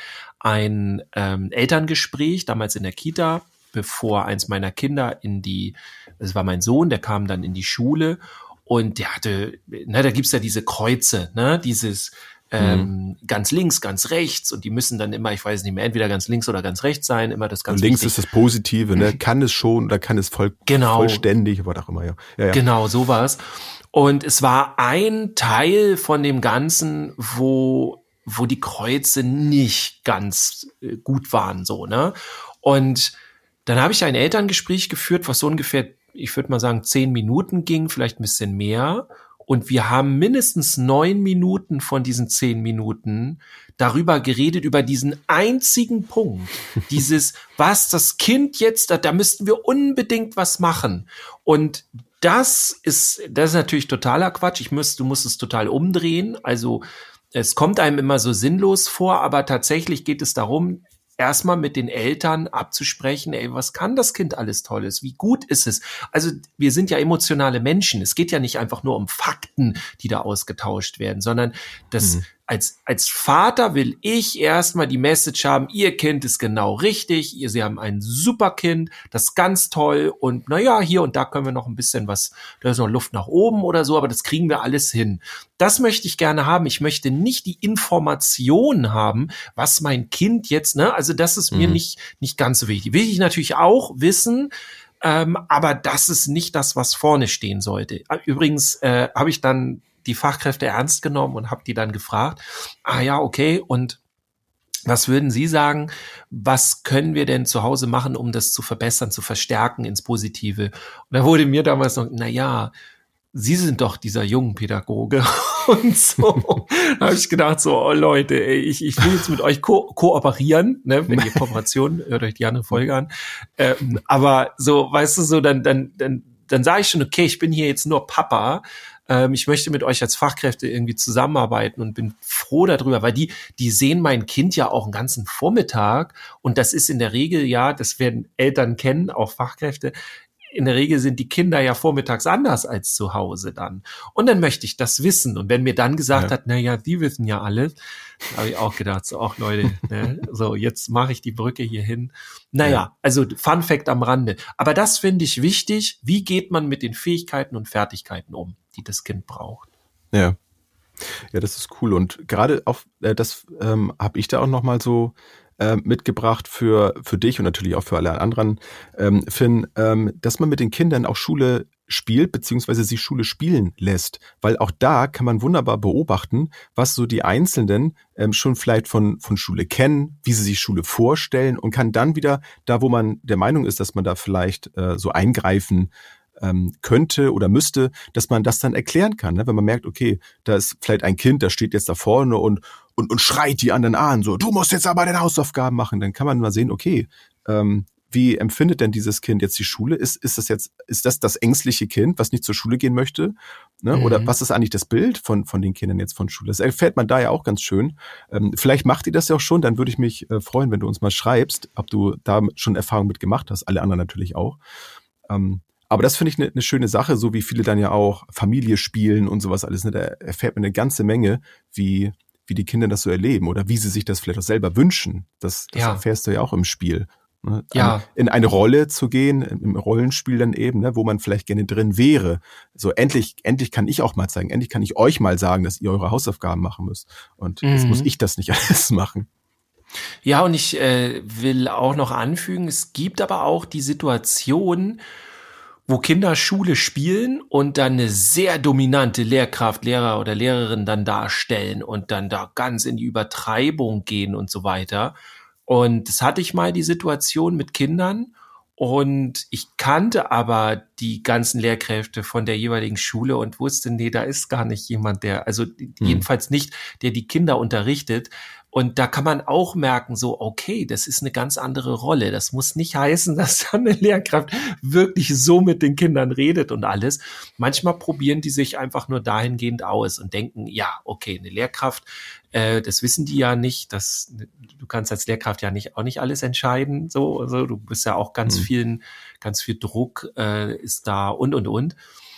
ein ähm, Elterngespräch, damals in der Kita, bevor eins meiner Kinder in die, das war mein Sohn, der kam dann in die Schule und der hatte, ne, da gibt's ja diese Kreuze, ne, dieses ähm, mhm. ganz links, ganz rechts und die müssen dann immer, ich weiß nicht mehr, entweder ganz links oder ganz rechts sein, immer das ganz und links wichtig. ist das Positive, ne? Kann es schon oder kann es voll, genau. vollständig, was auch immer, ja. ja, ja. Genau, sowas. Und es war ein Teil von dem Ganzen, wo, wo die Kreuze nicht ganz gut waren, so, ne? Und dann habe ich ein Elterngespräch geführt, was so ungefähr, ich würde mal sagen, zehn Minuten ging, vielleicht ein bisschen mehr. Und wir haben mindestens neun Minuten von diesen zehn Minuten darüber geredet, über diesen einzigen Punkt. Dieses, was das Kind jetzt, da, da müssten wir unbedingt was machen. Und das ist, das ist natürlich totaler Quatsch. Ich muss, du musst es total umdrehen. Also, es kommt einem immer so sinnlos vor, aber tatsächlich geht es darum, erstmal mit den Eltern abzusprechen, ey, was kann das Kind alles Tolles? Wie gut ist es? Also wir sind ja emotionale Menschen. Es geht ja nicht einfach nur um Fakten, die da ausgetauscht werden, sondern das mhm. als als Vater will ich erstmal die Message haben, ihr Kind ist genau richtig, ihr, sie haben ein super Kind, das ist ganz toll und naja, hier und da können wir noch ein bisschen was, da ist noch Luft nach oben oder so, aber das kriegen wir alles hin. Das möchte ich gerne haben. Ich möchte nicht die Information haben, was mein Kind jetzt, ne, also das ist mir mhm. nicht nicht ganz so wichtig. Will ich natürlich auch wissen, ähm, aber das ist nicht das, was vorne stehen sollte. Übrigens äh, habe ich dann die Fachkräfte ernst genommen und habe die dann gefragt, ah ja, okay, und was würden Sie sagen, was können wir denn zu Hause machen, um das zu verbessern, zu verstärken ins Positive? Und da wurde mir damals noch, na ja, Sie sind doch dieser Jungenpädagoge und so. Da habe ich gedacht, so, oh Leute, ey, ich, ich will jetzt mit euch ko- kooperieren, ne, wenn ihr Kooperation, hört euch die andere Folge an. Ähm, aber so, weißt du, so, dann, dann, dann, dann sage ich schon, okay, ich bin hier jetzt nur Papa. Ähm, ich möchte mit euch als Fachkräfte irgendwie zusammenarbeiten und bin froh darüber, weil die, die sehen mein Kind ja auch einen ganzen Vormittag und das ist in der Regel, ja, das werden Eltern kennen, auch Fachkräfte, in der Regel sind die Kinder ja vormittags anders als zu Hause dann. Und dann möchte ich das wissen. Und wenn mir dann gesagt ja. hat, na ja, die wissen ja alles, habe ich auch gedacht, so, ach Leute, ne, so, jetzt mache ich die Brücke hier hin. Naja, ja. also Fun Fact am Rande. Aber das finde ich wichtig. Wie geht man mit den Fähigkeiten und Fertigkeiten um, die das Kind braucht? Ja. Ja, das ist cool. Und gerade auch, äh, das ähm, habe ich da auch nochmal so mitgebracht für für dich und natürlich auch für alle anderen, ähm, Finn, ähm, dass man mit den Kindern auch Schule spielt, beziehungsweise sie Schule spielen lässt. Weil auch da kann man wunderbar beobachten, was so die Einzelnen ähm, schon vielleicht von von Schule kennen, wie sie sich Schule vorstellen und kann dann wieder, da wo man der Meinung ist, dass man da vielleicht äh, so eingreifen ähm, könnte oder müsste, dass man das dann erklären kann. Ne? Wenn man merkt, okay, da ist vielleicht ein Kind, das steht jetzt da vorne und Und, und schreit die anderen an, so, du musst jetzt aber deine Hausaufgaben machen. Dann kann man mal sehen, okay, ähm, wie empfindet denn dieses Kind jetzt die Schule? Ist, ist das jetzt, ist das das ängstliche Kind, was nicht zur Schule gehen möchte? Ne? Mhm. Oder was ist eigentlich das Bild von, von den Kindern jetzt von Schule? Das erfährt man da ja auch ganz schön. Ähm, vielleicht macht ihr das ja auch schon, dann würde ich mich äh, freuen, wenn du uns mal schreibst, ob du da schon Erfahrung mit gemacht hast, alle anderen natürlich auch. Ähm, Aber das finde ich eine ne schöne Sache, so wie viele dann ja auch Familie spielen und sowas alles. Ne? Da erfährt man eine ganze Menge, wie wie die Kinder das so erleben oder wie sie sich das vielleicht auch selber wünschen. Das, das ja. erfährst du ja auch im Spiel. Ne? Ja. In eine Rolle zu gehen, im Rollenspiel dann eben, ne? Wo man vielleicht gerne drin wäre. So endlich, endlich kann ich auch mal zeigen, endlich kann ich euch mal sagen, dass ihr eure Hausaufgaben machen müsst. Und mhm. jetzt muss ich das nicht alles machen. Ja, und ich äh, will auch noch anfügen, es gibt aber auch die Situation, wo Kinder Schule spielen und dann eine sehr dominante Lehrkraft, Lehrer oder Lehrerin dann darstellen und dann da ganz in die Übertreibung gehen und so weiter. Und das hatte ich mal, die Situation mit Kindern. Und ich kannte aber die ganzen Lehrkräfte von der jeweiligen Schule und wusste, nee, da ist gar nicht jemand, der, also hm. jedenfalls nicht, der die Kinder unterrichtet. Und da kann man auch merken, so, okay, das ist eine ganz andere Rolle. Das muss nicht heißen, dass da eine Lehrkraft wirklich so mit den Kindern redet und alles. Manchmal probieren die sich einfach nur dahingehend aus und denken, ja, okay, eine Lehrkraft, äh, das wissen die ja nicht, dass du kannst als Lehrkraft ja nicht auch nicht alles entscheiden, so, also du bist ja auch ganz mhm. vielen, ganz viel Druck äh, ist da und und und.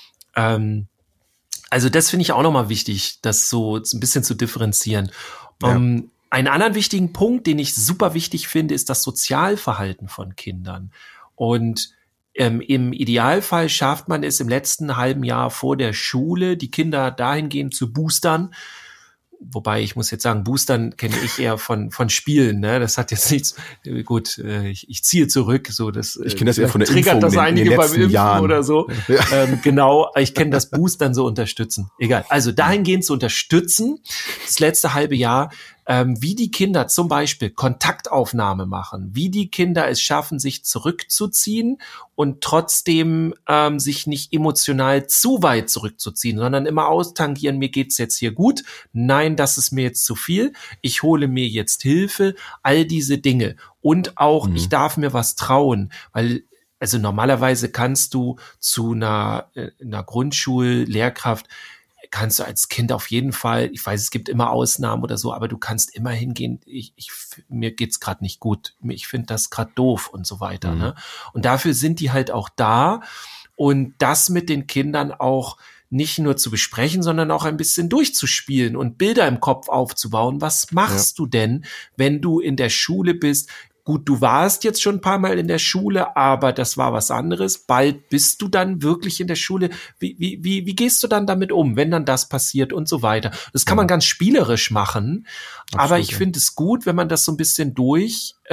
Ähm, also das finde ich auch nochmal wichtig, das so ein bisschen zu differenzieren. Ja. Um, Einen anderen wichtigen Punkt, den ich super wichtig finde, ist das Sozialverhalten von Kindern. Und ähm, im Idealfall schafft man es im letzten halben Jahr vor der Schule, die Kinder dahingehend zu boostern, wobei ich muss jetzt sagen, Boostern kenne ich eher von von Spielen, ne? Das hat jetzt nichts, gut, äh, ich, ich ziehe zurück, so das ich kenne das eher von der triggert Impfung das in den, einige in den beim Impfen Jahren. oder so. Ja. Ähm, genau, ich kenne das Boostern so unterstützen. Egal. Also dahingehend zu unterstützen, das letzte halbe Jahr, ähm, wie die Kinder zum Beispiel Kontaktaufnahme machen, wie die Kinder es schaffen, sich zurückzuziehen und trotzdem ähm, sich nicht emotional zu weit zurückzuziehen, sondern immer austangieren, mir geht's jetzt hier gut, nein, das ist mir jetzt zu viel, ich hole mir jetzt Hilfe, all diese Dinge. Und auch, mhm. ich darf mir was trauen, weil also normalerweise kannst du zu einer, einer Grundschullehrkraft kannst du als Kind auf jeden Fall, ich weiß, es gibt immer Ausnahmen oder so, aber du kannst immer hingehen, ich, ich, mir geht's gerade nicht gut, ich finde das gerade doof und so weiter. Mhm. Ne? Und dafür sind die halt auch da und das mit den Kindern auch nicht nur zu besprechen, sondern auch ein bisschen durchzuspielen und Bilder im Kopf aufzubauen. Was machst ja. du denn, wenn du in der Schule bist? Gut, du warst jetzt schon ein paar Mal in der Schule, aber das war was anderes. Bald bist du dann wirklich in der Schule. Wie, wie, wie, wie gehst du dann damit um, wenn dann das passiert und so weiter? Das kann man ganz spielerisch machen, Absolut, aber ich ja. finde es gut, wenn man das so ein bisschen durchspielt,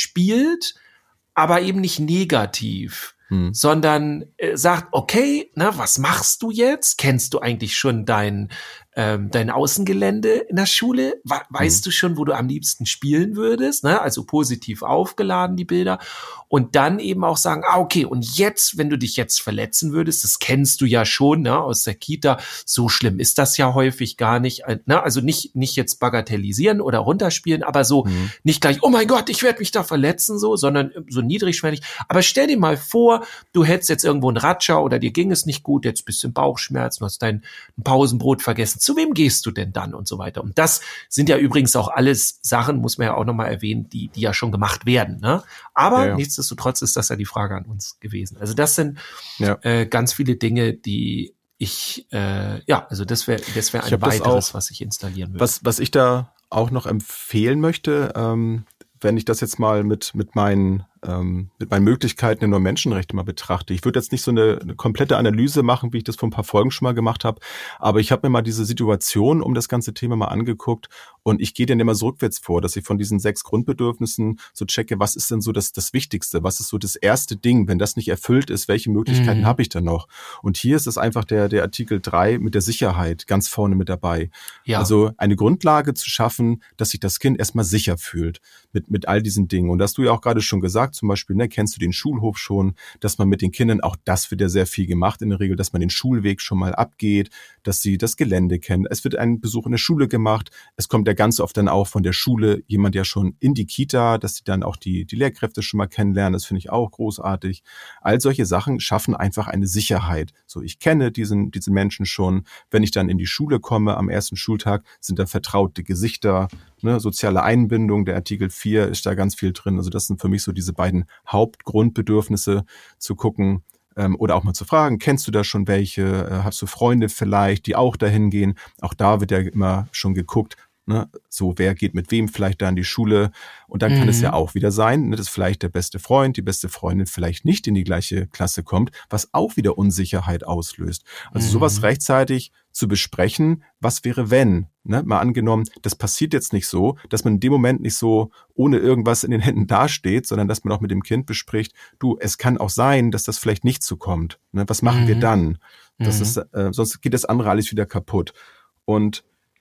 äh, aber eben nicht negativ. Hm. Sondern äh, sagt, okay, na, was machst du jetzt? Kennst du eigentlich schon dein ähm, dein Außengelände in der Schule? We- weißt hm. du schon, wo du am liebsten spielen würdest? Ne? Also positiv aufgeladen, die Bilder. Und dann eben auch sagen, ah, okay, und jetzt, wenn du dich jetzt verletzen würdest, das kennst du ja schon, ne, aus der Kita, so schlimm ist das ja häufig gar nicht. Ne? Also nicht nicht jetzt bagatellisieren oder runterspielen, aber so hm. nicht gleich, oh mein Gott, ich werde mich da verletzen, so, sondern so niedrigschwellig. Aber stell dir mal vor, du hättest jetzt irgendwo einen Ratscher oder dir ging es nicht gut, jetzt bist du im Bauchschmerzen, hast dein Pausenbrot vergessen. Zu wem gehst du denn dann und so weiter? Und das sind ja übrigens auch alles Sachen, muss man ja auch nochmal erwähnen, die die ja schon gemacht werden. Ne? Aber ja, ja. nichtsdestotrotz ist das ja die Frage an uns gewesen. Also das sind ja. äh, ganz viele Dinge, die ich, äh, ja, also das wäre das wäre ein weiteres, auch, was ich installieren würde. Was, was ich da auch noch empfehlen möchte, ähm, wenn ich das jetzt mal mit mit meinen ähm, mit meinen Möglichkeiten in der Menschenrechte mal betrachte. Ich würde jetzt nicht so eine, eine komplette Analyse machen, wie ich das vor ein paar Folgen schon mal gemacht habe, aber ich habe mir mal diese Situation um das ganze Thema mal angeguckt und ich gehe dann immer so rückwärts vor, dass ich von diesen sechs Grundbedürfnissen so checke, was ist denn so das das Wichtigste, was ist so das erste Ding, wenn das nicht erfüllt ist, welche Möglichkeiten mhm. habe ich dann noch? Und hier ist es einfach der der Artikel drei mit der Sicherheit ganz vorne mit dabei. Ja. Also eine Grundlage zu schaffen, dass sich das Kind erstmal sicher fühlt mit mit all diesen Dingen. Und das hast du ja auch gerade schon gesagt, zum Beispiel, ne, kennst du den Schulhof schon, dass man mit den Kindern, auch das wird ja sehr viel gemacht in der Regel, dass man den Schulweg schon mal abgeht, dass sie das Gelände kennen. Es wird ein Besuch in der Schule gemacht. Es kommt ja ganz oft dann auch von der Schule jemand ja schon in die Kita, dass sie dann auch die, die Lehrkräfte schon mal kennenlernen. Das finde ich auch großartig. All solche Sachen schaffen einfach eine Sicherheit. So, ich kenne diesen, diesen Menschen schon. Wenn ich dann in die Schule komme am ersten Schultag, sind da vertraute Gesichter, ne, soziale Einbindung. Der Artikel vier ist da ganz viel drin. Also das sind für mich so diese beiden Hauptgrundbedürfnisse, zu gucken ähm, oder auch mal zu fragen, kennst du da schon welche? Äh, hast du Freunde vielleicht, die auch dahin gehen? Auch da wird ja immer schon geguckt, ne, so wer geht mit wem vielleicht da in die Schule. Und dann mhm. kann es ja auch wieder sein, ne, dass vielleicht der beste Freund, die beste Freundin vielleicht nicht in die gleiche Klasse kommt, was auch wieder Unsicherheit auslöst. Also mhm. sowas rechtzeitig zu besprechen, was wäre wenn, ne? Mal angenommen, das passiert jetzt nicht so, dass man in dem Moment nicht so ohne irgendwas in den Händen dasteht, sondern dass man auch mit dem Kind bespricht, du, es kann auch sein, dass das vielleicht nicht so kommt. Ne? Was machen mhm. wir dann? Das mhm. ist, äh, sonst geht das andere alles wieder kaputt. Und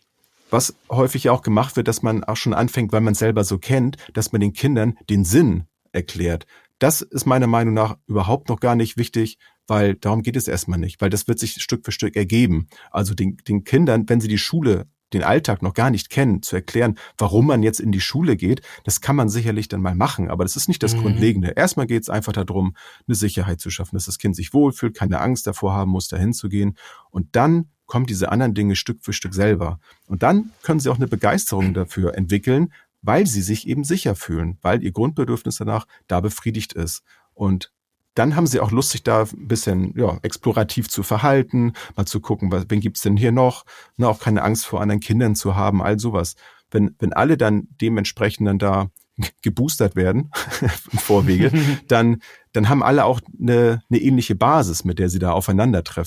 was häufig auch gemacht wird, dass man auch schon anfängt, weil man es selber so kennt, dass man den Kindern den Sinn erklärt. Das ist meiner Meinung nach überhaupt noch gar nicht wichtig, weil darum geht es erstmal nicht, weil das wird sich Stück für Stück ergeben. Also den, den Kindern, wenn sie die Schule, den Alltag noch gar nicht kennen, zu erklären, warum man jetzt in die Schule geht, das kann man sicherlich dann mal machen, aber das ist nicht das mhm. Grundlegende. Erstmal geht es einfach darum, eine Sicherheit zu schaffen, dass das Kind sich wohlfühlt, keine Angst davor haben muss, dahin zu gehen. Und dann kommen diese anderen Dinge Stück für Stück selber. Und dann können sie auch eine Begeisterung dafür entwickeln, weil sie sich eben sicher fühlen, weil ihr Grundbedürfnis danach da befriedigt ist. Und dann haben sie auch Lust, sich da ein bisschen ja, explorativ zu verhalten, mal zu gucken, was, wen gibt's denn hier noch, ne, auch keine Angst vor anderen Kindern zu haben, all sowas. Wenn, wenn alle dann dementsprechend dann da geboostert werden im Vorwege, dann, dann haben alle auch eine, eine ähnliche Basis, mit der sie da aufeinandertreffen.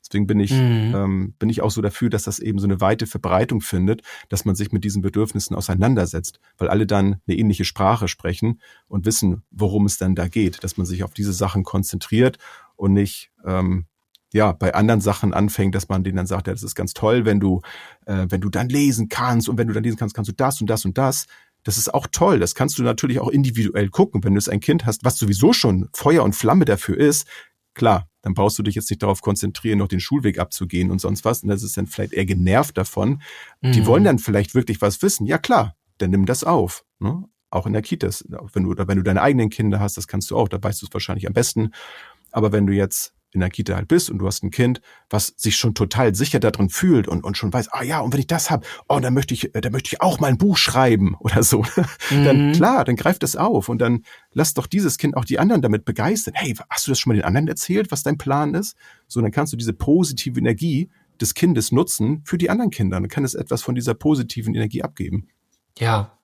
Deswegen bin ich, Mhm. ähm, bin ich auch so dafür, dass das eben so eine weite Verbreitung findet, dass man sich mit diesen Bedürfnissen auseinandersetzt, weil alle dann eine ähnliche Sprache sprechen und wissen, worum es dann da geht, dass man sich auf diese Sachen konzentriert und nicht ähm, ja bei anderen Sachen anfängt, dass man denen dann sagt, ja, das ist ganz toll, wenn du äh, wenn du dann lesen kannst und wenn du dann lesen kannst, kannst du das und das und das. Das ist auch toll. Das kannst du natürlich auch individuell gucken. Wenn du jetzt ein Kind hast, was sowieso schon Feuer und Flamme dafür ist, klar, dann brauchst du dich jetzt nicht darauf konzentrieren, noch den Schulweg abzugehen und sonst was. Und das ist dann vielleicht eher genervt davon. Mhm. Die wollen dann vielleicht wirklich was wissen. Ja klar, dann nimm das auf. Ne? Auch in der Kita. Wenn du, oder wenn du deine eigenen Kinder hast, das kannst du auch, da weißt du es wahrscheinlich am besten. Aber wenn du jetzt in der Kita halt bist und du hast ein Kind, was sich schon total sicher darin fühlt und, und schon weiß, ah ja, und wenn ich das habe, oh, dann möchte ich, dann möchte ich auch mal ein Buch schreiben oder so. Mhm. Dann klar, dann greift das auf und dann lass doch dieses Kind auch die anderen damit begeistern. Hey, hast du das schon mal den anderen erzählt, was dein Plan ist? So, dann kannst du diese positive Energie des Kindes nutzen für die anderen Kinder. Dann kann es etwas von dieser positiven Energie abgeben. Ja.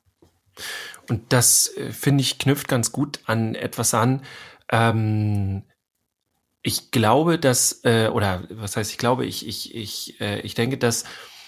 Und das, äh, finde ich, knüpft ganz gut an etwas an. Ähm, Ich glaube, dass, äh, oder was heißt, ich glaube, ich, ich, ich, äh, ich denke, dass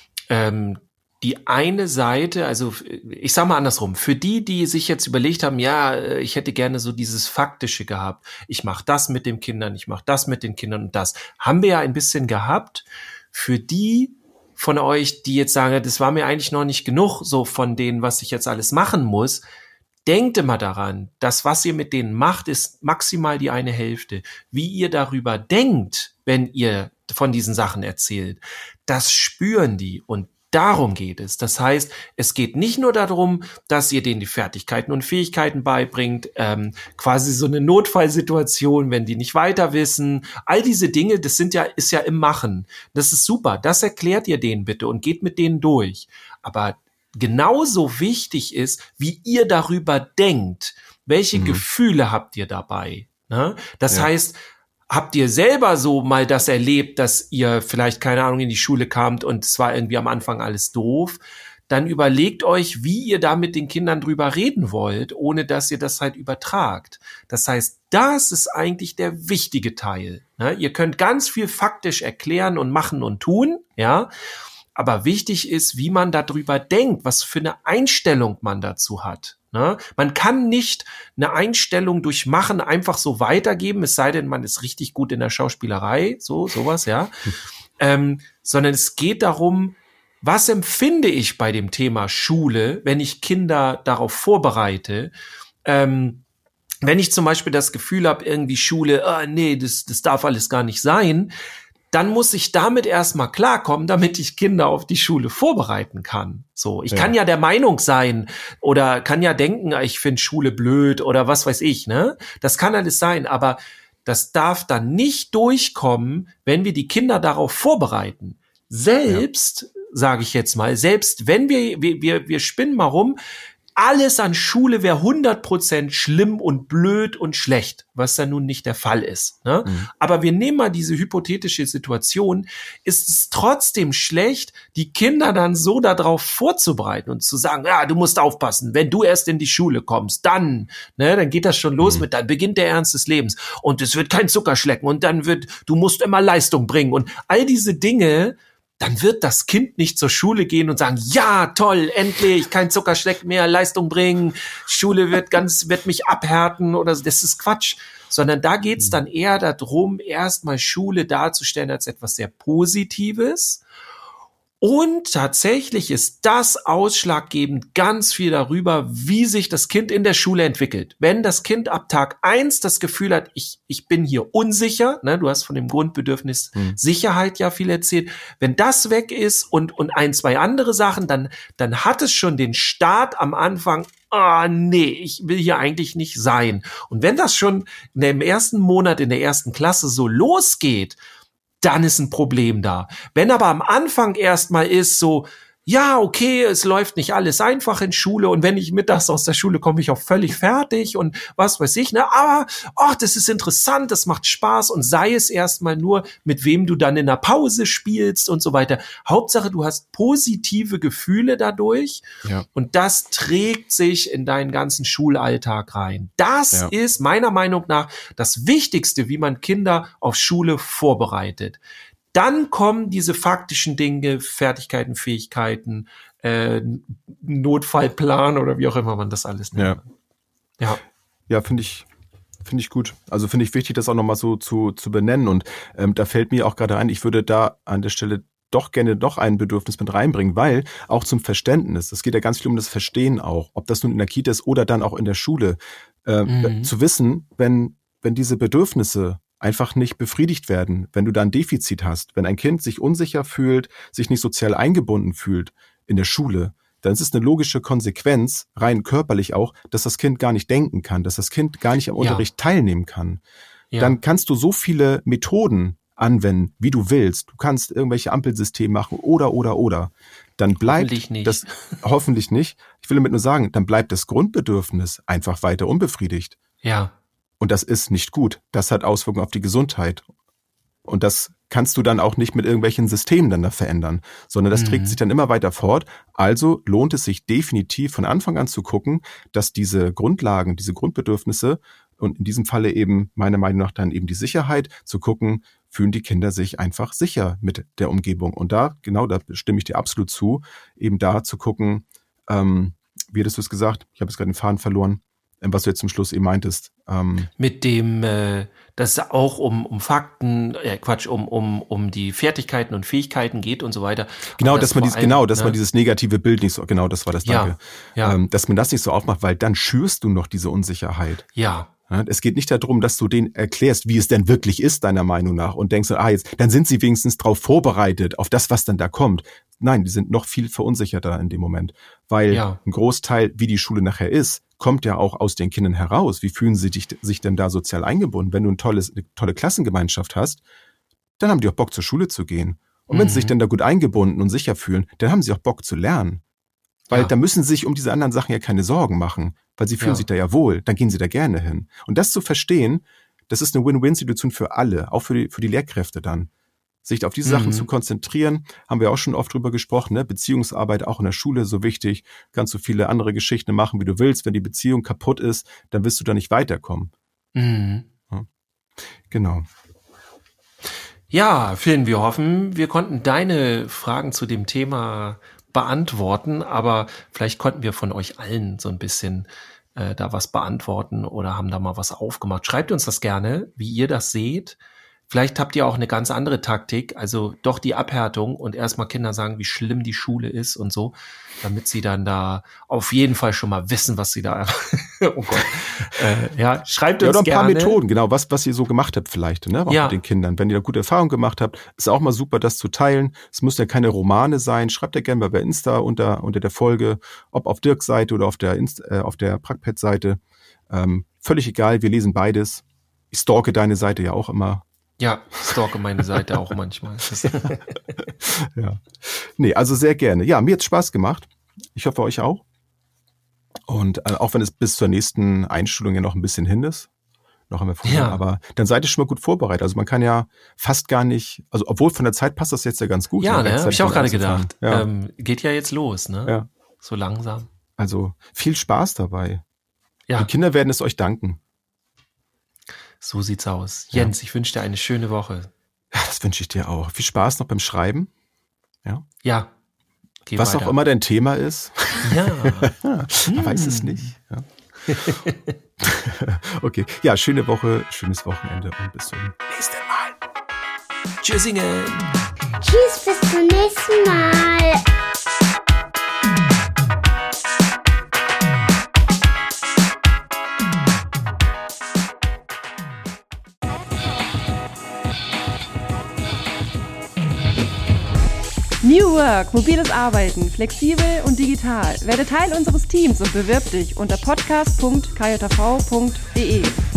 ähm, die eine Seite, also ich sage mal andersrum, für die, die sich jetzt überlegt haben, ja, ich hätte gerne so dieses Faktische gehabt, ich mache das mit den Kindern, ich mache das mit den Kindern und das, haben wir ja ein bisschen gehabt. Für die von euch, die jetzt sagen, das war mir eigentlich noch nicht genug, so von denen, was ich jetzt alles machen muss, denkt immer daran, das, was ihr mit denen macht, ist maximal die eine Hälfte. Wie ihr darüber denkt, wenn ihr von diesen Sachen erzählt, das spüren die und darum geht es. Das heißt, es geht nicht nur darum, dass ihr denen die Fertigkeiten und Fähigkeiten beibringt, ähm, quasi so eine Notfallsituation, wenn die nicht weiter wissen. All diese Dinge, das sind ja, ist ja im Machen. Das ist super. Das erklärt ihr denen bitte und geht mit denen durch. Aber genauso wichtig ist, wie ihr darüber denkt. Welche mhm. Gefühle habt ihr dabei? Ne? Das ja. heißt, habt ihr selber so mal das erlebt, dass ihr vielleicht, keine Ahnung, in die Schule kamt und es war irgendwie am Anfang alles doof? Dann überlegt euch, wie ihr da mit den Kindern drüber reden wollt, ohne dass ihr das halt übertragt. Das heißt, das ist eigentlich der wichtige Teil. Ne? Ihr könnt ganz viel faktisch erklären und machen und tun, ja. Aber wichtig ist, wie man darüber denkt, was für eine Einstellung man dazu hat. Ne? Man kann nicht eine Einstellung durch Machen einfach so weitergeben, es sei denn, man ist richtig gut in der Schauspielerei, so sowas, ja. ähm, sondern es geht darum, was empfinde ich bei dem Thema Schule, wenn ich Kinder darauf vorbereite. Ähm, wenn ich zum Beispiel das Gefühl habe, irgendwie Schule, ah, nee, das, das darf alles gar nicht sein, dann muss ich damit erstmal klarkommen, damit ich Kinder auf die Schule vorbereiten kann. So, ich ja. kann ja der Meinung sein oder kann ja denken, ich finde Schule blöd oder was weiß ich, ne? Das kann alles sein, aber das darf dann nicht durchkommen, wenn wir die Kinder darauf vorbereiten. Selbst, ja. sage ich jetzt mal, selbst wenn wir, wir, wir, wir spinnen mal rum, alles an Schule wäre hundert Prozent schlimm und blöd und schlecht, was ja nun nicht der Fall ist. Ne? Mhm. Aber wir nehmen mal diese hypothetische Situation, ist es trotzdem schlecht, die Kinder dann so darauf vorzubereiten und zu sagen, ja, du musst aufpassen, wenn du erst in die Schule kommst, dann, ne, dann geht das schon los mhm. mit, dann beginnt der Ernst des Lebens und es wird kein Zucker schlecken und dann wird, du musst immer Leistung bringen und all diese Dinge. Dann wird das Kind nicht zur Schule gehen und sagen, ja, toll, endlich, kein Zuckerschleck mehr, Leistung bringen, Schule wird ganz, wird mich abhärten oder so. Das ist Quatsch. Sondern da geht's dann eher darum, erstmal Schule darzustellen als etwas sehr Positives. Und tatsächlich ist das ausschlaggebend ganz viel darüber, wie sich das Kind in der Schule entwickelt. Wenn das Kind ab Tag eins das Gefühl hat, ich, ich bin hier unsicher, ne, du hast von dem Grundbedürfnis hm. Sicherheit ja viel erzählt. Wenn das weg ist und, und ein, zwei andere Sachen, dann, dann hat es schon den Start am Anfang, ah, nee, ich will hier eigentlich nicht sein. Und wenn das schon in dem ersten Monat in der ersten Klasse so losgeht, dann ist ein Problem da. Wenn aber am Anfang erstmal ist so, ja, okay, es läuft nicht alles einfach in Schule und wenn ich mittags aus der Schule komme, ich auch völlig fertig und was weiß ich, ne, aber, ach, das ist interessant, das macht Spaß und sei es erstmal nur, mit wem du dann in der Pause spielst und so weiter. Hauptsache, du hast positive Gefühle dadurch ja. und das trägt sich in deinen ganzen Schulalltag rein. Das ja. ist meiner Meinung nach das Wichtigste, wie man Kinder auf Schule vorbereitet. dann kommen diese faktischen Dinge, Fertigkeiten, Fähigkeiten, äh, Notfallplan oder wie auch immer man das alles nennt. Ja, ja, ja finde ich, finde ich gut. Also finde ich wichtig, das auch nochmal so zu, zu benennen. Und ähm, da fällt mir auch gerade ein, ich würde da an der Stelle doch gerne doch ein Bedürfnis mit reinbringen, weil auch zum Verständnis, es geht ja ganz viel um das Verstehen auch, ob das nun in der Kita ist oder dann auch in der Schule, äh, mhm. zu wissen, wenn, wenn diese Bedürfnisse einfach nicht befriedigt werden, wenn du da ein Defizit hast, wenn ein Kind sich unsicher fühlt, sich nicht sozial eingebunden fühlt in der Schule, dann ist es eine logische Konsequenz, rein körperlich auch, dass das Kind gar nicht denken kann, dass das Kind gar nicht am Unterricht ja. teilnehmen kann. Ja. Dann kannst du so viele Methoden anwenden, wie du willst. Du kannst irgendwelche Ampelsysteme machen oder, oder, oder. Dann bleibt hoffentlich nicht. das, hoffentlich nicht. Ich will damit nur sagen, dann bleibt das Grundbedürfnis einfach weiter unbefriedigt. Ja. Und das ist nicht gut. Das hat Auswirkungen auf die Gesundheit. Und das kannst du dann auch nicht mit irgendwelchen Systemen dann da verändern, sondern das mhm. trägt sich dann immer weiter fort. Also lohnt es sich definitiv von Anfang an zu gucken, dass diese Grundlagen, diese Grundbedürfnisse und in diesem Falle eben meiner Meinung nach dann eben die Sicherheit, zu gucken, fühlen die Kinder sich einfach sicher mit der Umgebung. Und da, genau, da stimme ich dir absolut zu, eben da zu gucken, ähm, wie hattest du es gesagt? Ich habe jetzt gerade den Faden verloren, was du jetzt zum Schluss eben meintest. Ähm, Mit dem, äh, dass es auch um, um Fakten, äh, Quatsch, um, um, um die Fertigkeiten und Fähigkeiten geht und so weiter. Genau, dass man dieses, allem, genau, dass ne? man dieses negative Bild nicht so, genau, das war das, danke. Ja, ja. Ähm, dass man das nicht so aufmacht, weil dann schürst du noch diese Unsicherheit. Ja. Es geht nicht darum, dass du denen erklärst, wie es denn wirklich ist, deiner Meinung nach, und denkst, ah, jetzt, dann sind sie wenigstens drauf vorbereitet, auf das, was dann da kommt. Nein, die sind noch viel verunsicherter in dem Moment, weil ja. ein Großteil, wie die Schule nachher ist, kommt ja auch aus den Kindern heraus. Wie fühlen sie sich, sich denn da sozial eingebunden? Wenn du ein tolles, eine tolle Klassengemeinschaft hast, dann haben die auch Bock, zur Schule zu gehen. Und mhm. wenn sie sich dann da gut eingebunden und sicher fühlen, dann haben sie auch Bock zu lernen. Weil ja. da müssen sie sich um diese anderen Sachen ja keine Sorgen machen, weil sie fühlen ja. sich da ja wohl, dann gehen sie da gerne hin. Und das zu verstehen, das ist eine Win-Win-Situation für alle, auch für die, für die Lehrkräfte dann. Sich auf diese mhm. Sachen zu konzentrieren, haben wir auch schon oft drüber gesprochen, ne? Beziehungsarbeit auch in der Schule so wichtig, kannst du viele andere Geschichten machen, wie du willst. Wenn die Beziehung kaputt ist, dann wirst du da nicht weiterkommen. Mhm. Ja. Genau. Ja, Finn, wir hoffen, wir konnten deine Fragen zu dem Thema beantworten, aber vielleicht konnten wir von euch allen so ein bisschen äh, da was beantworten oder haben da mal was aufgemacht. Schreibt uns das gerne, wie ihr das seht. Vielleicht habt ihr auch eine ganz andere Taktik, also doch die Abhärtung und erstmal Kindern sagen, wie schlimm die Schule ist und so, damit sie dann da auf jeden Fall schon mal wissen, was sie da, oh Gott, äh, ja, schreibt uns ja, oder ein gerne. Paar Methoden, genau, was, was ihr so gemacht habt vielleicht, ne, auch ja. mit den Kindern. Wenn ihr da gute Erfahrungen gemacht habt, ist auch mal super, das zu teilen. Es müssen ja keine Romane sein, schreibt ja gerne mal bei Insta unter, unter der Folge, ob auf Dirks Seite oder auf der, Inst, äh, auf der Prackpad-Seite. Ähm, völlig egal, wir lesen beides. Ich stalke deine Seite ja auch immer. Ja, stalke meine Seite auch manchmal. Ja. Nee, also sehr gerne. Ja, mir hat's Spaß gemacht. Ich hoffe, euch auch. Und äh, auch wenn es bis zur nächsten Einschulung ja noch ein bisschen hin ist, noch haben wir vorher, ja. aber dann seid ihr schon mal gut vorbereitet. Also man kann ja fast gar nicht, also obwohl von der Zeit passt das jetzt ja ganz gut. Ja, ne, habe ich auch gerade gedacht. Ja. Ähm, geht ja jetzt los, ne? Ja. So langsam. Also viel Spaß dabei. Ja. Die Kinder werden es euch danken. So sieht's aus. Jens, ja. ich wünsche dir eine schöne Woche. Ja, das wünsche ich dir auch. Viel Spaß noch beim Schreiben. Ja. Ja. Geh Was weiter. auch immer dein Thema ist. Ja. Man hm. weiß es nicht. Ja. Okay. Ja, schöne Woche, schönes Wochenende und bis zum nächsten Mal. Tschüssingen. Tschüss, bis zum nächsten Mal. New Work, mobiles Arbeiten, flexibel und digital. Werde Teil unseres Teams und bewirb dich unter podcast punkt k j v punkt d e.